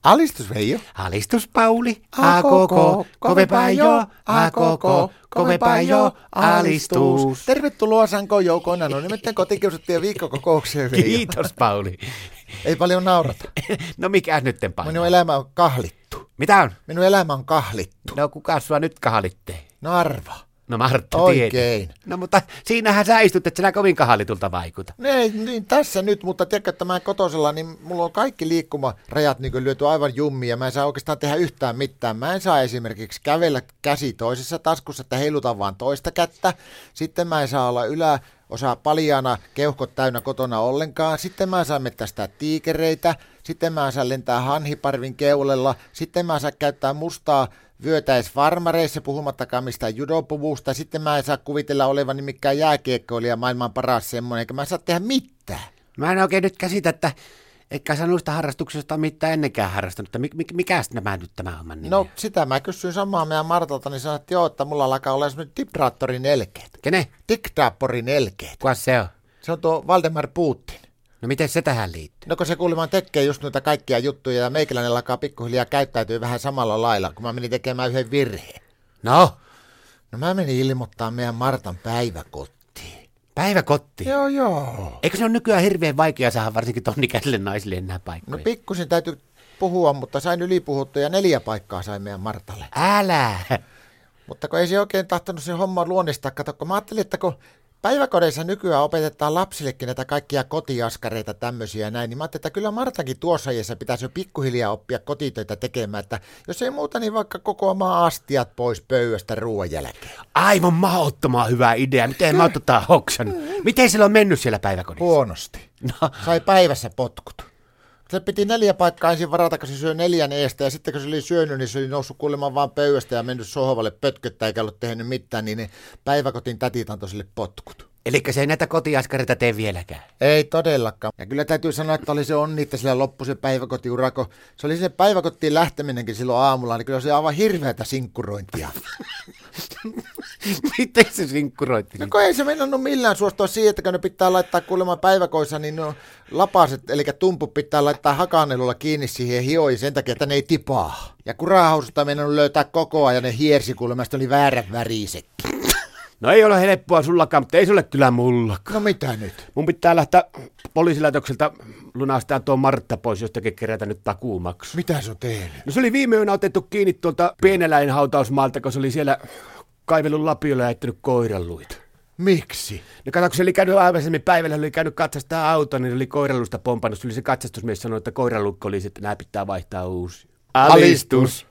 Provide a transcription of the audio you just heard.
Alistus Veijo. Alistus Pauli, a koko, kovempaa jo, a koko, kovempaa jo, alistus. Tervetuloa Sanko joukona, no nimittäin kotikiusattujen viikkokokoukseen Veijo. Kiitos Pauli. Ei paljon naurata. No mikä nyt painaa? Minun elämä on kahlittu. Mitä on? Minun elämä on kahlittu. No kuka sua nyt kahalittee? No arva. No Martta Oikein. Tiedä. No mutta siinähän sä istut, että sinä kovin kahalitulta vaikuta. Niin tässä nyt, mutta tiedätkö, että mä kotosella, niin mulla on kaikki liikkumarajat niin lyöty aivan jummiin ja mä en saa oikeastaan tehdä yhtään mitään. Mä en saa esimerkiksi kävellä käsi toisessa taskussa, että heilutan vaan toista kättä. Sitten mä en saa olla yläosa paljaana, keuhkot täynnä kotona ollenkaan. Sitten mä en saa mettästää tiikereitä. Sitten mä en saa lentää hanhiparvin keulella. Sitten mä en saa käyttää mustaa vyötäisfarmareissa, puhumattakaan mistään judopuvusta. Sitten mä en saa kuvitella olevani mikään jääkiekkoilija, maailman paras semmoinen, eikä mä saa tehdä mitään. Mä en oikein nyt käsitä, että eikä sä noista harrastuksista mitään ennenkään harrastanut. Mikäs nämä nyt tämä homman nimi? No sitä mä kysyin samaa meidän Martalta, niin sanoin, että joo, että mulla alkaa olla semmoinen diktaattorin elkeet. Kene? Diktaattorin elkeet. Kukas se on? Se on tuo Valdemar Putin. No miten se tähän liittyy? No kun se kuulemma tekee just noita kaikkia juttuja ja meikäläinen alkaa pikkuhiljaa käyttäytyy vähän samalla lailla, kun mä menin tekemään yhden virheen. No mä menin ilmoittaa meidän Martan päiväkotiin. Päiväkotti? Joo. Eikö se ole nykyään hirveän vaikea saada varsinkin tonnikäisille naisille enää paikkoja? No pikkusin täytyy puhua, mutta sain ylipuhuttua ja 4 paikkaa sain meidän Martalle. Älä! Mutta kun ei se oikein tahtonut se homma luonnistaa, kato, kun mä ajattelin, että kun päiväkodeissa nykyään opetetaan lapsillekin näitä kaikkia kotiaskareita tämmöisiä ja näin, niin mä ajattelin, että kyllä Martakin tuossa iässä pitäisi jo pikkuhiljaa oppia kotitöitä tekemään, että jos ei muuta, niin vaikka kokoamaan astiat pois pöydästä ruoan jälkeen. Aivan mahdottoman hyvä idea. Miten mä oon hoksannut? Miten sillä on mennyt siellä päiväkodissa? Huonosti. No. Sai päivässä potkut. Se piti 4 paikkaa ensin varata, kun se syö 4 eestä, ja sitten kun se oli syönyt, niin se oli noussut kuulemaan vaan pöydästä ja mennyt sohvalle pötköttää, eikä ollut tehnyt mitään, niin ne päiväkotin tätit antoi sille potkut. Elikkä se ei näitä kotiaskareita tee vieläkään? Ei todellakaan. Ja kyllä täytyy sanoa, että oli se onni, että sillä loppui se päiväkotiurako. Se oli sinne päiväkotiin lähteminenkin silloin aamulla, niin kyllä se oli aivan hirveätä sinkkurointia. Miten se sinkkuroitti? No kun ei se mennnyt millään suostua siihen, että kun ne pitää laittaa kuulemaan päiväkoissa, niin no lapaset, eli tumput pitää laittaa hakanelulla kiinni siihen hioihin sen takia, että ne ei tipaa. Ja kurahaususta mennnyt löytää koko ajan, ne hiersi kuulemma, oli väärän värisekin. No ei ole helppoa sullakaan, mutta ei se ole kyllä mullakaan. No mitä nyt? Mun pitää lähteä poliisilaitokselta lunastaa tuo Martta pois, jostakin kerätä nyt takuumaksu. Mitä se on tehnyt? No se oli viime yönä otettu kiinni tuolta Pieneläinhautausmaalta, kun se oli siellä kaivelun lapiolla ja jättänyt koiranluita. Miksi? No kato, kun se oli käynyt aikaisemmin päivällä, oli käynyt katsastaa auton, niin oli koiralusta pompannut. Se oli se katsastusmies sanoi, että koiranlukko oli, että nämä pitää vaihtaa uusi. Alistus.